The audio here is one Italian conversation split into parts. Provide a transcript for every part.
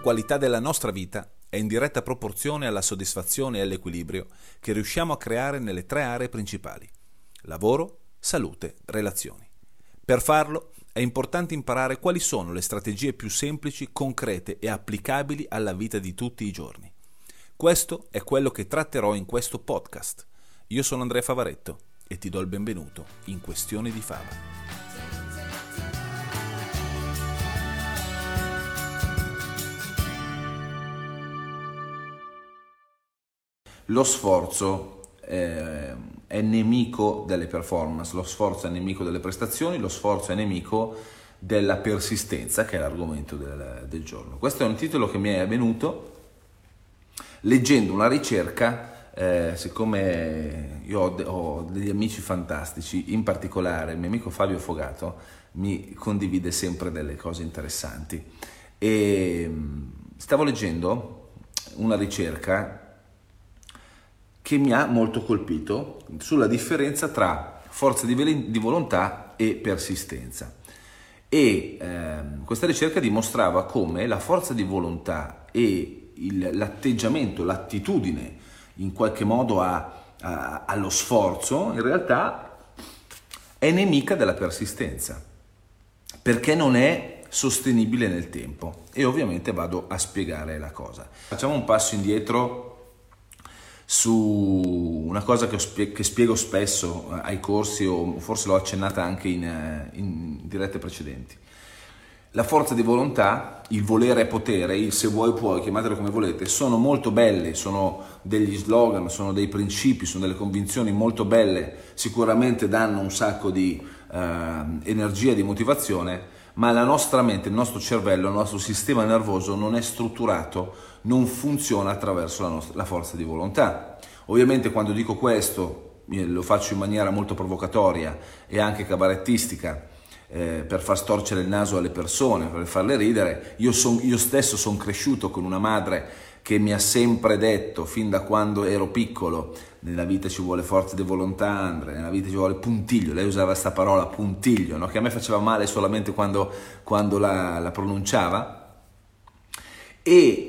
qualità della nostra vita è in diretta proporzione alla soddisfazione e all'equilibrio che riusciamo a creare nelle tre aree principali: lavoro, salute, relazioni. Per farlo è importante imparare quali sono le strategie più semplici, concrete e applicabili alla vita di tutti i giorni. Questo è quello che tratterò in questo podcast. Io sono Andrea Favaretto e ti do il benvenuto in Questioni di Fava. Lo sforzo è nemico delle performance, lo sforzo è nemico delle prestazioni, lo sforzo è nemico della persistenza, che è l'argomento del giorno. Questo è un titolo che mi è venuto leggendo una ricerca, siccome io ho degli amici fantastici, in particolare il mio amico Fabio Fogato mi condivide sempre delle cose interessanti, e stavo leggendo una ricerca che mi ha molto colpito sulla differenza tra forza di volontà e persistenza. E questa ricerca dimostrava come la forza di volontà e l'atteggiamento, l'attitudine in qualche modo allo sforzo, in realtà è nemica della persistenza, perché non è sostenibile nel tempo. E ovviamente vado a spiegare la cosa. Facciamo un passo indietro su una cosa che spiego spesso ai corsi, o forse l'ho accennata anche in dirette precedenti. La forza di volontà, il volere è potere, il se vuoi puoi, chiamatelo come volete, sono molto belle, sono degli slogan, sono dei principi, sono delle convinzioni molto belle, sicuramente danno un sacco di energia, di motivazione, ma la nostra mente, il nostro cervello, il nostro sistema nervoso non è strutturato, non funziona attraverso la forza di volontà. Ovviamente quando dico questo lo faccio in maniera molto provocatoria e anche cabarettistica, per far storcere il naso alle persone, per farle ridere. Io stesso sono cresciuto con una madre che mi ha sempre detto, fin da quando ero piccolo: nella vita ci vuole forza di volontà, Andrea, nella vita ci vuole puntiglio. Lei usava questa parola, puntiglio, no? Che a me faceva male solamente quando la pronunciava. E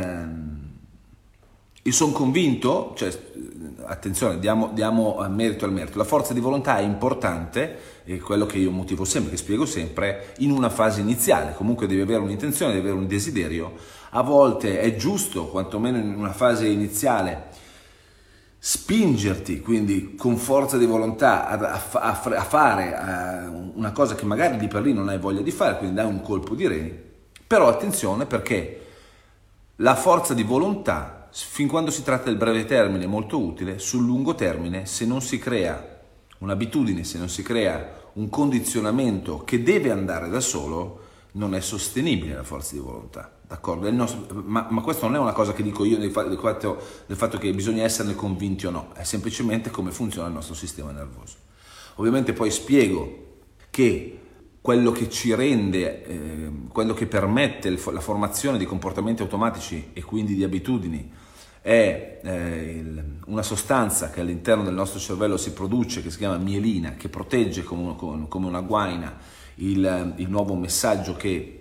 io sono convinto, attenzione, diamo merito al merito, la forza di volontà è importante, è quello che io motivo sempre, che spiego sempre, in una fase iniziale. Comunque devi avere un'intenzione, devi avere un desiderio. A volte è giusto, quantomeno in una fase iniziale, spingerti, quindi con forza di volontà, a fare una cosa che magari lì per lì non hai voglia di fare, quindi dai un colpo di reni. Però attenzione, perché la forza di volontà, fin quando si tratta del breve termine, è molto utile. Sul lungo termine, se non si crea un'abitudine, se non si crea un condizionamento che deve andare da solo, non è sostenibile la forza di volontà, d'accordo? Ma questo non è una cosa che dico io del fatto che bisogna esserne convinti o no, è semplicemente come funziona il nostro sistema nervoso. Ovviamente poi spiego che quello che ci rende, quello che permette la formazione di comportamenti automatici e quindi di abitudini è una sostanza che all'interno del nostro cervello si produce, che si chiama mielina, che protegge come una guaina il nuovo messaggio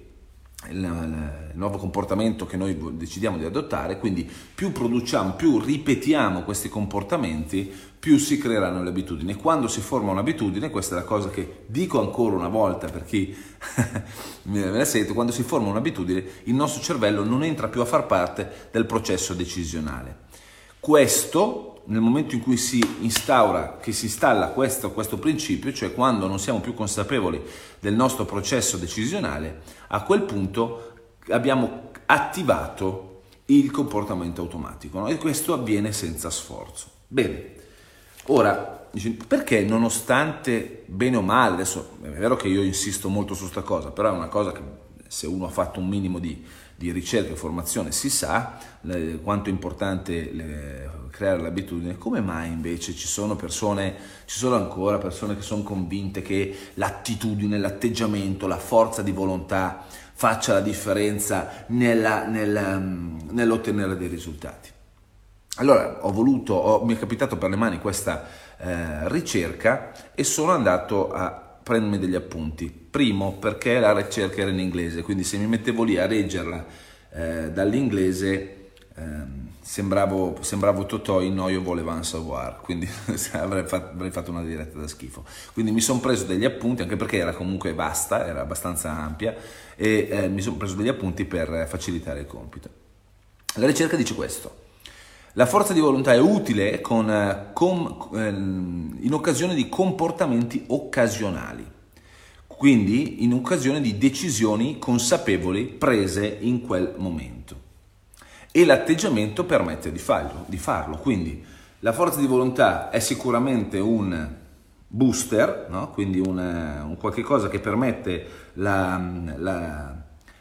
il nuovo comportamento che noi decidiamo di adottare. Quindi più produciamo, più ripetiamo questi comportamenti, più si creeranno le abitudini. E quando si forma un'abitudine, questa è la cosa che dico ancora una volta per chi me la sente, quando si forma un'abitudine il nostro cervello non entra più a far parte del processo decisionale. Questo nel momento in cui si installa questo principio, cioè quando non siamo più consapevoli del nostro processo decisionale, a quel punto abbiamo attivato il comportamento automatico, no? E questo avviene senza sforzo. Bene, ora, perché nonostante bene o male, adesso è vero che io insisto molto su sta cosa, però è una cosa che se uno ha fatto un minimo di ricerca e formazione si sa quanto è importante creare l'abitudine. Come mai invece ci sono ancora persone che sono convinte che l'attitudine, l'atteggiamento, la forza di volontà faccia la differenza nell'ottenere dei risultati? Allora mi è capitato per le mani questa ricerca e sono andato a prendermi degli appunti. Primo, perché la ricerca era in inglese, quindi se mi mettevo lì a leggerla dall'inglese sembravo Totò in Noio volevant savoir, quindi avrei fatto una diretta da schifo. Quindi mi sono preso degli appunti, anche perché era comunque vasta, era abbastanza ampia, e mi sono preso degli appunti per facilitare il compito. La ricerca dice questo: la forza di volontà è utile in occasione di comportamenti occasionali, quindi in occasione di decisioni consapevoli prese in quel momento, e l'atteggiamento permette di farlo. Quindi la forza di volontà è sicuramente un booster, no? Quindi un qualche cosa che permette la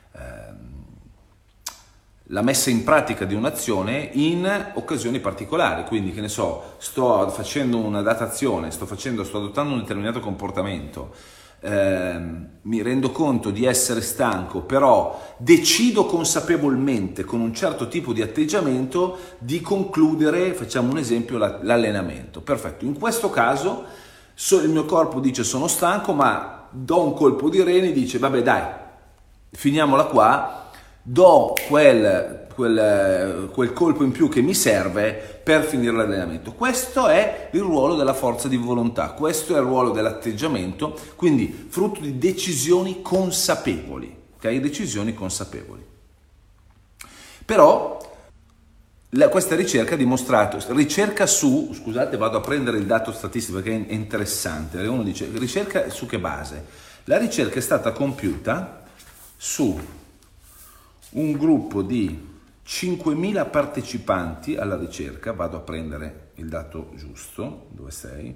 messa in pratica di un'azione in occasioni particolari. Quindi, che ne so, sto facendo una datazione, sto adottando un determinato comportamento, mi rendo conto di essere stanco, però decido consapevolmente, con un certo tipo di atteggiamento, di concludere, facciamo un esempio, l'allenamento. Perfetto, in questo caso il mio corpo dice sono stanco, ma do un colpo di reni, dice vabbè dai, finiamola qua, do quel colpo in più che mi serve per finire l'allenamento. Questo è il ruolo della forza di volontà, questo è il ruolo dell'atteggiamento, quindi frutto di decisioni consapevoli, ok? Decisioni consapevoli. Però questa ricerca ha dimostrato, scusate, vado a prendere il dato statistico perché è interessante. Uno dice, ricerca su che base? La ricerca è stata compiuta su un gruppo di 5.000 partecipanti alla ricerca. Vado a prendere il dato giusto. Dove sei?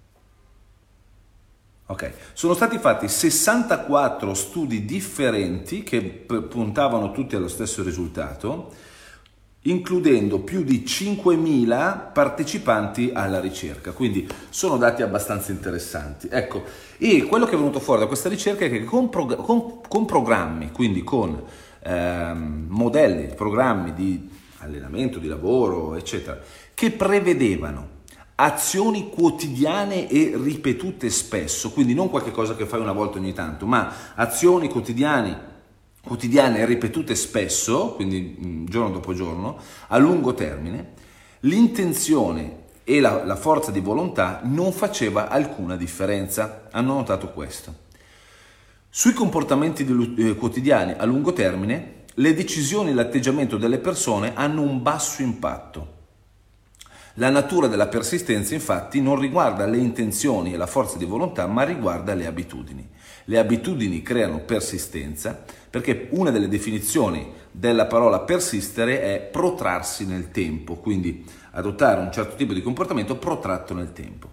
Ok, sono stati fatti 64 studi differenti che puntavano tutti allo stesso risultato, includendo più di 5.000 partecipanti alla ricerca, quindi sono dati abbastanza interessanti. Ecco, e quello che è venuto fuori da questa ricerca è che con programmi, quindi con modelli, programmi di allenamento, di lavoro, eccetera, che prevedevano azioni quotidiane e ripetute spesso, quindi non qualche cosa che fai una volta ogni tanto, ma azioni quotidiane e ripetute spesso, quindi giorno dopo giorno, a lungo termine, l'intenzione e la forza di volontà non faceva alcuna differenza. Hanno notato questo. Sui comportamenti quotidiani a lungo termine, le decisioni e l'atteggiamento delle persone hanno un basso impatto. La natura della persistenza, infatti, non riguarda le intenzioni e la forza di volontà, ma riguarda le abitudini. Le abitudini creano persistenza, perché una delle definizioni della parola persistere è protrarsi nel tempo, quindi adottare un certo tipo di comportamento protratto nel tempo.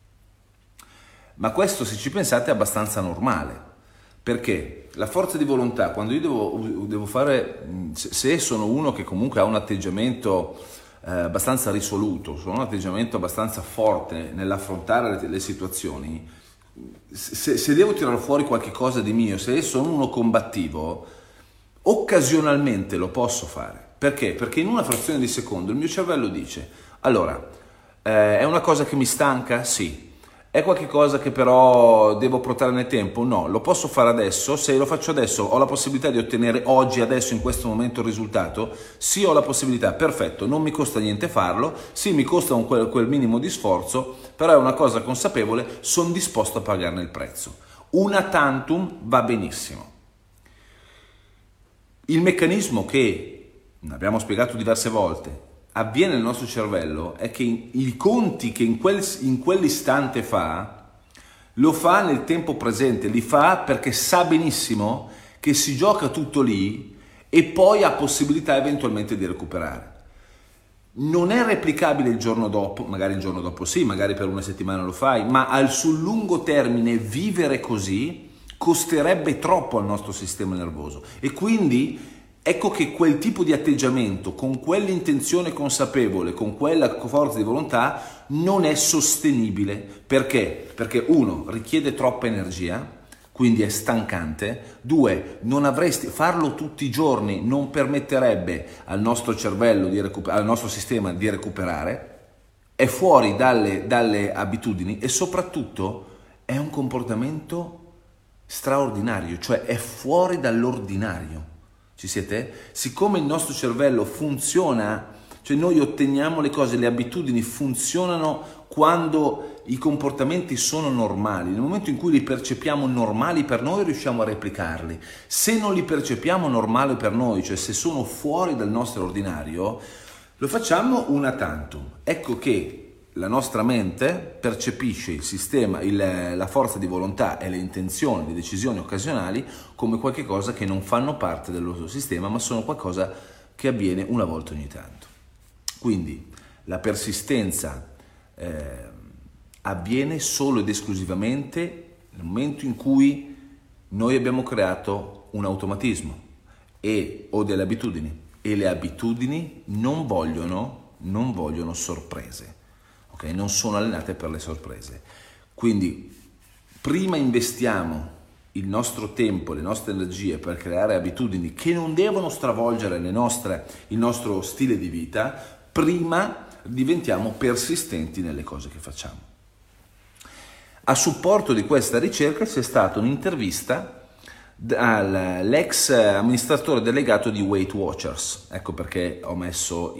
Ma questo, se ci pensate, è abbastanza normale, perché la forza di volontà, quando io devo fare, se sono uno che comunque ha un atteggiamento abbastanza risoluto, sono un atteggiamento abbastanza forte nell'affrontare le situazioni, se devo tirare fuori qualche cosa di mio, se sono uno combattivo, occasionalmente lo posso fare. Perché? Perché in una frazione di secondo il mio cervello dice, allora, è una cosa che mi stanca? Sì. È qualche cosa che però devo protrarre nel tempo? No, lo posso fare adesso. Se lo faccio adesso ho la possibilità di ottenere oggi, adesso, in questo momento il risultato? Sì, ho la possibilità, perfetto, non mi costa niente farlo, sì, mi costa quel minimo di sforzo, però è una cosa consapevole, sono disposto a pagarne il prezzo. Una tantum va benissimo. Il meccanismo che, abbiamo spiegato diverse volte, avviene nel nostro cervello è che i conti che in quell'istante fa, lo fa nel tempo presente, li fa perché sa benissimo che si gioca tutto lì e poi ha possibilità eventualmente di recuperare. Non è replicabile il giorno dopo, magari il giorno dopo sì, magari per una settimana lo fai, ma sul lungo termine vivere così costerebbe troppo al nostro sistema nervoso, e quindi ecco che quel tipo di atteggiamento, con quell'intenzione consapevole, con quella forza di volontà, non è sostenibile. Perché? Perché uno, richiede troppa energia, quindi è stancante. Due, non avresti farlo tutti i giorni, non permetterebbe al nostro cervello, al nostro sistema di recuperare, è fuori dalle abitudini e soprattutto è un comportamento straordinario, cioè è fuori dall'ordinario. Ci siete? Siccome il nostro cervello funziona, cioè noi otteniamo le cose, le abitudini funzionano quando i comportamenti sono normali. Nel momento in cui li percepiamo normali per noi, riusciamo a replicarli. Se non li percepiamo normali per noi, cioè se sono fuori dal nostro ordinario, lo facciamo una tantum. Ecco che la nostra mente percepisce il sistema, la forza di volontà e le intenzioni, le decisioni occasionali come qualche cosa che non fanno parte del nostro sistema, ma sono qualcosa che avviene una volta ogni tanto. Quindi la persistenza avviene solo ed esclusivamente nel momento in cui noi abbiamo creato un automatismo o delle abitudini, e le abitudini non vogliono sorprese. Okay? Non sono allenate per le sorprese. Quindi prima investiamo il nostro tempo, le nostre energie per creare abitudini che non devono stravolgere il nostro stile di vita, prima diventiamo persistenti nelle cose che facciamo. A supporto di questa ricerca c'è stata un'intervista all'ex amministratore delegato di Weight Watchers. Ecco perché ho messo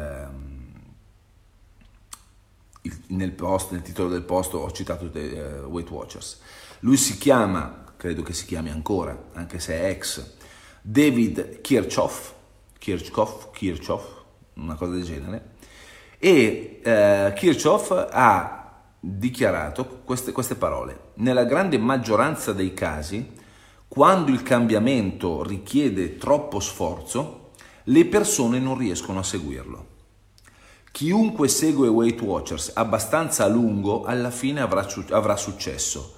nel titolo del post ho citato Weight Watchers. Lui si chiama, credo che si chiami ancora, anche se è ex, David Kirchhoff, una cosa del genere, e Kirchhoff ha dichiarato queste parole: nella grande maggioranza dei casi, quando il cambiamento richiede troppo sforzo, le persone non riescono a seguirlo. Chiunque segue Weight Watchers abbastanza a lungo alla fine avrà successo,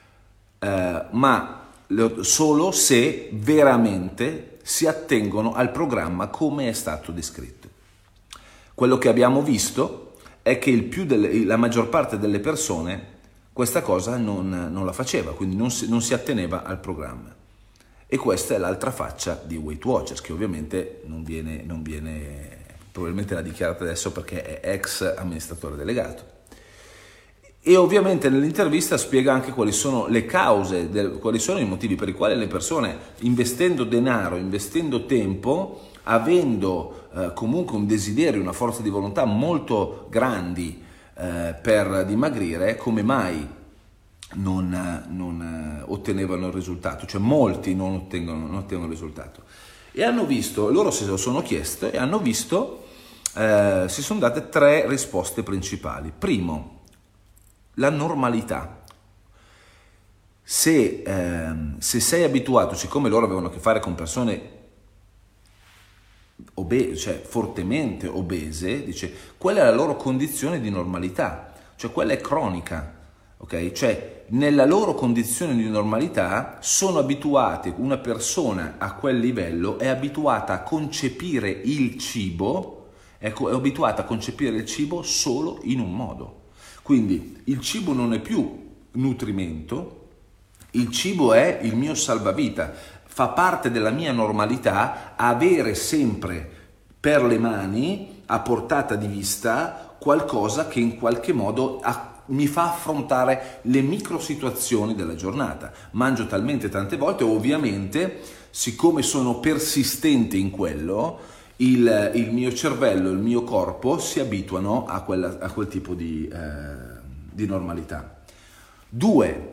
ma solo se veramente si attengono al programma come è stato descritto. Quello che abbiamo visto è che la maggior parte delle persone questa cosa non la faceva, quindi non si atteneva al programma. E questa è l'altra faccia di Weight Watchers, che ovviamente non viene probabilmente l'ha dichiarata adesso perché è ex amministratore delegato. E ovviamente nell'intervista spiega anche quali sono le cause, quali sono i motivi per i quali le persone, investendo denaro, investendo tempo, avendo comunque un desiderio, una forza di volontà molto grandi per dimagrire, come mai non ottenevano il risultato? Cioè molti non ottengono il risultato. E hanno visto, loro se lo sono chiesto e hanno visto, si sono date 3 risposte principali. Primo, la normalità. Se sei abituato, siccome loro avevano a che fare con persone cioè fortemente obese, dice, quella è la loro condizione di normalità, cioè quella è cronica, ok? Cioè nella loro condizione di normalità sono abituate, una persona a quel livello è abituata a concepire il cibo, è abituata a concepire il cibo solo in un modo. Quindi il cibo non è più nutrimento, il cibo è il mio salvavita. Fa parte della mia normalità avere sempre per le mani, a portata di vista, qualcosa che in qualche modo mi fa affrontare le micro situazioni della giornata. Mangio talmente tante volte, ovviamente, siccome sono persistente in quello, il mio cervello, il mio corpo si abituano a quel tipo di normalità. 2.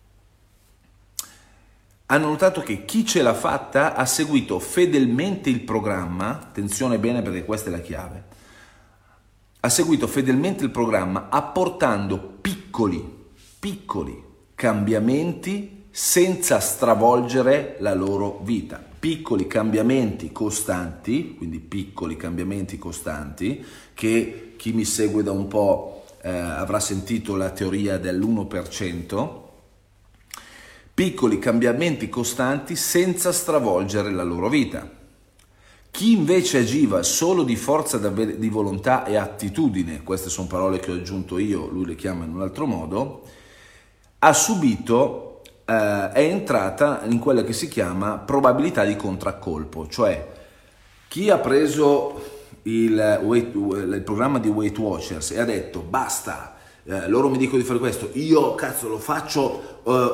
Hanno notato che chi ce l'ha fatta ha seguito fedelmente il programma, attenzione bene perché questa è la chiave, ha seguito fedelmente il programma apportando piccoli cambiamenti senza stravolgere la loro vita. Piccoli cambiamenti costanti, quindi piccoli cambiamenti costanti, che chi mi segue da un po' avrà sentito la teoria dell'1%, piccoli cambiamenti costanti senza stravolgere la loro vita. Chi invece agiva solo di forza di volontà e attitudine, queste sono parole che ho aggiunto io, lui le chiama in un altro modo, ha subito, è entrata in quella che si chiama probabilità di contraccolpo, cioè chi ha preso il programma di Weight Watchers e ha detto basta, loro mi dicono di fare questo, io cazzo lo faccio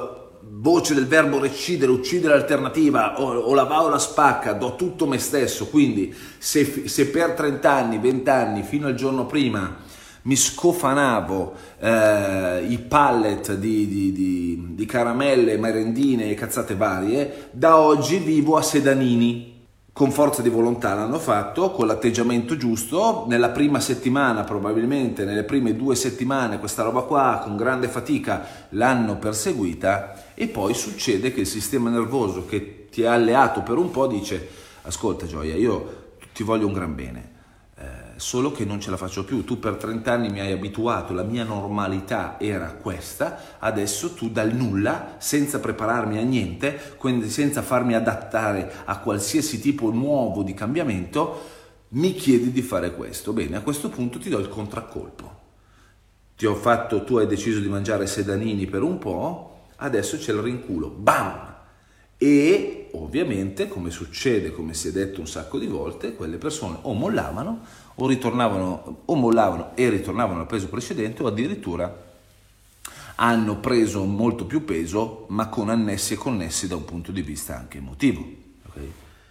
voce del verbo recidere, uccidere l'alternativa, o la va o la spacca, do tutto me stesso. Quindi se per 30 anni, 20 anni, fino al giorno prima mi scofanavo i pallet di caramelle, merendine e cazzate varie, da oggi vivo a sedanini. Con forza di volontà l'hanno fatto, con l'atteggiamento giusto. Nella prima settimana, probabilmente nelle prime 2 settimane, questa roba qua con grande fatica l'hanno perseguita, e poi succede che il sistema nervoso che ti ha alleato per un po' dice: ascolta Gioia, io ti voglio un gran bene, solo che non ce la faccio più. Tu per 30 anni mi hai abituato, la mia normalità era questa, adesso tu dal nulla, senza prepararmi a niente, quindi senza farmi adattare a qualsiasi tipo nuovo di cambiamento, mi chiedi di fare questo. Bene, a questo punto ti do il contraccolpo. Tu hai deciso di mangiare sedanini per un po', adesso c'è il rinculo, bam! E ovviamente, come succede, come si è detto un sacco di volte, quelle persone o mollavano o mollavano e ritornavano al peso precedente, o addirittura hanno preso molto più peso, ma con annessi e connessi da un punto di vista anche emotivo. Okay?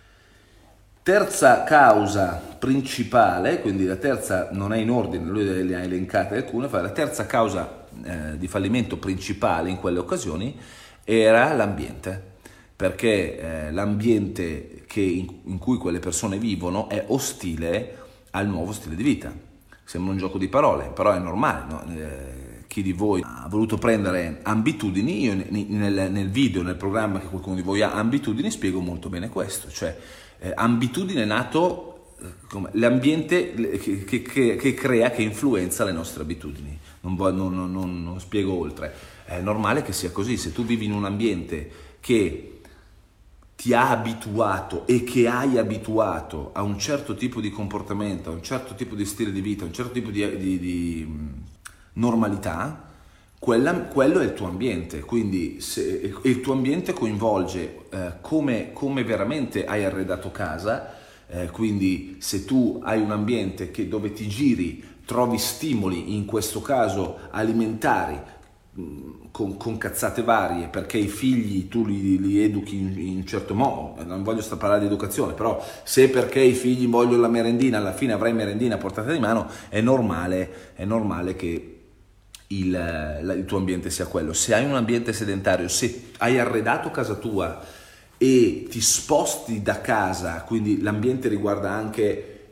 Terza causa principale, quindi la terza non è in ordine, lui le ha elencate alcune, la terza causa di fallimento principale in quelle occasioni era l'ambiente, perché l'ambiente in cui quelle persone vivono è ostile al nuovo stile di vita. Sembra un gioco di parole, però è normale, no? Chi di voi ha voluto prendere Ambitudini, io nel video, nel programma che qualcuno di voi ha, Ambitudini, spiego molto bene questo, cioè Ambitudine è nato come l'ambiente che crea, che influenza le nostre abitudini, non spiego oltre. È normale che sia così. Se tu vivi in un ambiente che ti ha abituato e che hai abituato a un certo tipo di comportamento, a un certo tipo di stile di vita, a un certo tipo di normalità, quello è il tuo ambiente. Quindi se il tuo ambiente coinvolge come veramente hai arredato casa, quindi se tu hai un ambiente dove ti giri, trovi stimoli, in questo caso alimentari, con cazzate varie, perché i figli tu li educhi in un certo modo. Non voglio parlare di educazione, però se perché i figli vogliono la merendina, alla fine avrai merendina a portata di mano, è normale che il tuo ambiente sia quello. Se hai un ambiente sedentario, se hai arredato casa tua e ti sposti da casa, quindi l'ambiente riguarda anche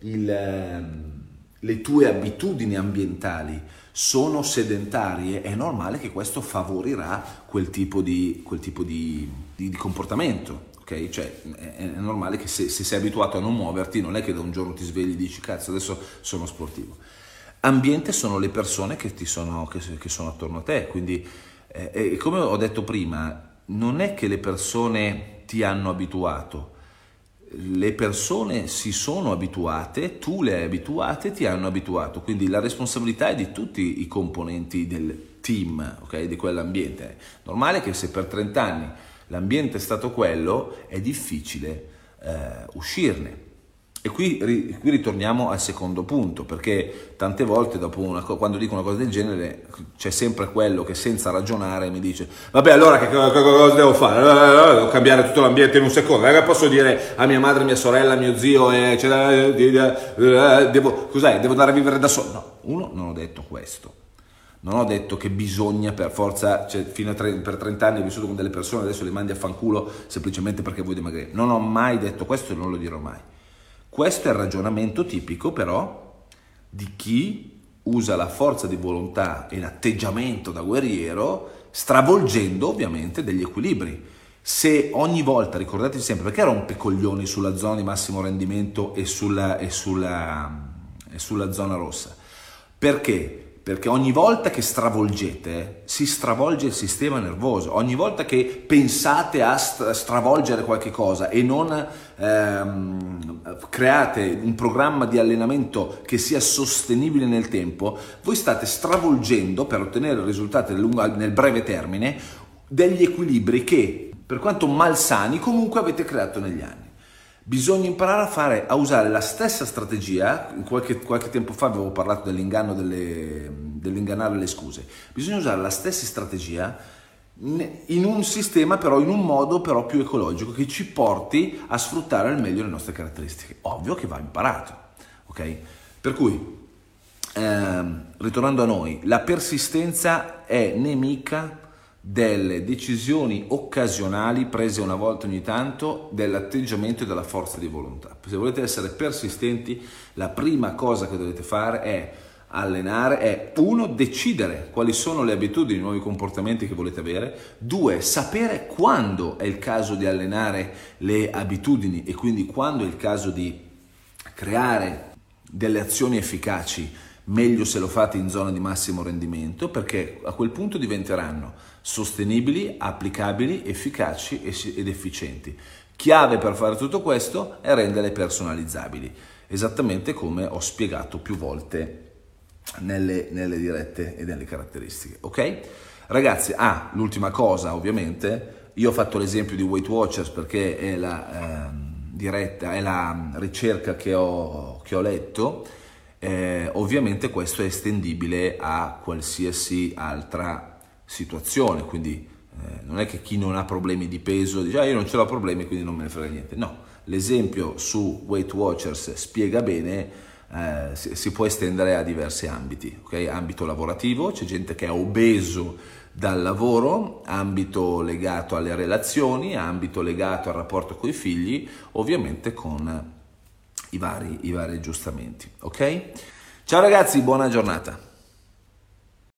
le tue abitudini ambientali, sono sedentarie, è normale che questo favorirà quel tipo di comportamento, ok? Cioè è normale che se sei abituato a non muoverti, non è che da un giorno ti svegli e dici cazzo adesso sono sportivo. Ambiente sono le persone che sono attorno a te, quindi come ho detto prima, non è che le persone ti hanno abituato, le persone si sono abituate, tu le hai abituate, ti hanno abituato, quindi la responsabilità è di tutti i componenti del team, okay, di quell'ambiente. Normale che se per 30 anni l'ambiente è stato quello, è difficile uscirne. E qui ritorniamo al secondo punto, perché tante volte quando dico una cosa del genere c'è sempre quello che senza ragionare mi dice vabbè allora che cosa devo fare? Devo cambiare tutto l'ambiente in un secondo, posso dire a mia madre, mia sorella, mio zio devo andare a vivere da solo? No, non ho detto questo. Non ho detto che bisogna per forza, cioè per 30 anni ho vissuto con delle persone, adesso le mandi a fanculo semplicemente perché vuoi dimagrire. Non ho mai detto questo e non lo dirò mai. Questo è il ragionamento tipico però di chi usa la forza di volontà e l'atteggiamento da guerriero, stravolgendo ovviamente degli equilibri. Se ogni volta, ricordatevi sempre, perché rompecoglioni sulla zona di massimo rendimento e sulla zona rossa? Perché? Perché ogni volta che stravolgete si stravolge il sistema nervoso, ogni volta che pensate a stravolgere qualche cosa e non create un programma di allenamento che sia sostenibile nel tempo, voi state stravolgendo per ottenere risultati nel breve termine degli equilibri che, per quanto malsani, comunque avete creato negli anni. Bisogna imparare a usare la stessa strategia. Qualche tempo fa avevo parlato dell'ingannare le scuse. Bisogna usare la stessa strategia in un sistema però, in un modo però più ecologico, che ci porti a sfruttare al meglio le nostre caratteristiche. Ovvio che va imparato, ok? Per cui, ritornando a noi, la persistenza è nemica delle decisioni occasionali prese una volta ogni tanto, dell'atteggiamento e della forza di volontà. Se volete essere persistenti, la prima cosa che dovete fare è allenare, è 1, decidere quali sono le abitudini, i nuovi comportamenti che volete avere, 2, sapere quando è il caso di allenare le abitudini e quindi quando è il caso di creare delle azioni efficaci, meglio se lo fate in zona di massimo rendimento, perché a quel punto diventeranno sostenibili, applicabili, efficaci ed efficienti. Chiave per fare tutto questo è renderle personalizzabili, esattamente come ho spiegato più volte nelle dirette e nelle caratteristiche, ok? Ragazzi, l'ultima cosa, ovviamente, io ho fatto l'esempio di Weight Watchers perché è la diretta, è la ricerca che ho letto. Ovviamente questo è estendibile a qualsiasi altra situazione, quindi non è che chi non ha problemi di peso dice io non ce l'ho problemi quindi non me ne frega niente, no, l'esempio su Weight Watchers spiega bene, si può estendere a diversi ambiti, okay? Ambito lavorativo, c'è gente che è obeso dal lavoro, ambito legato alle relazioni, ambito legato al rapporto con i figli, ovviamente con i vari aggiustamenti, ok? Ciao ragazzi, buona giornata.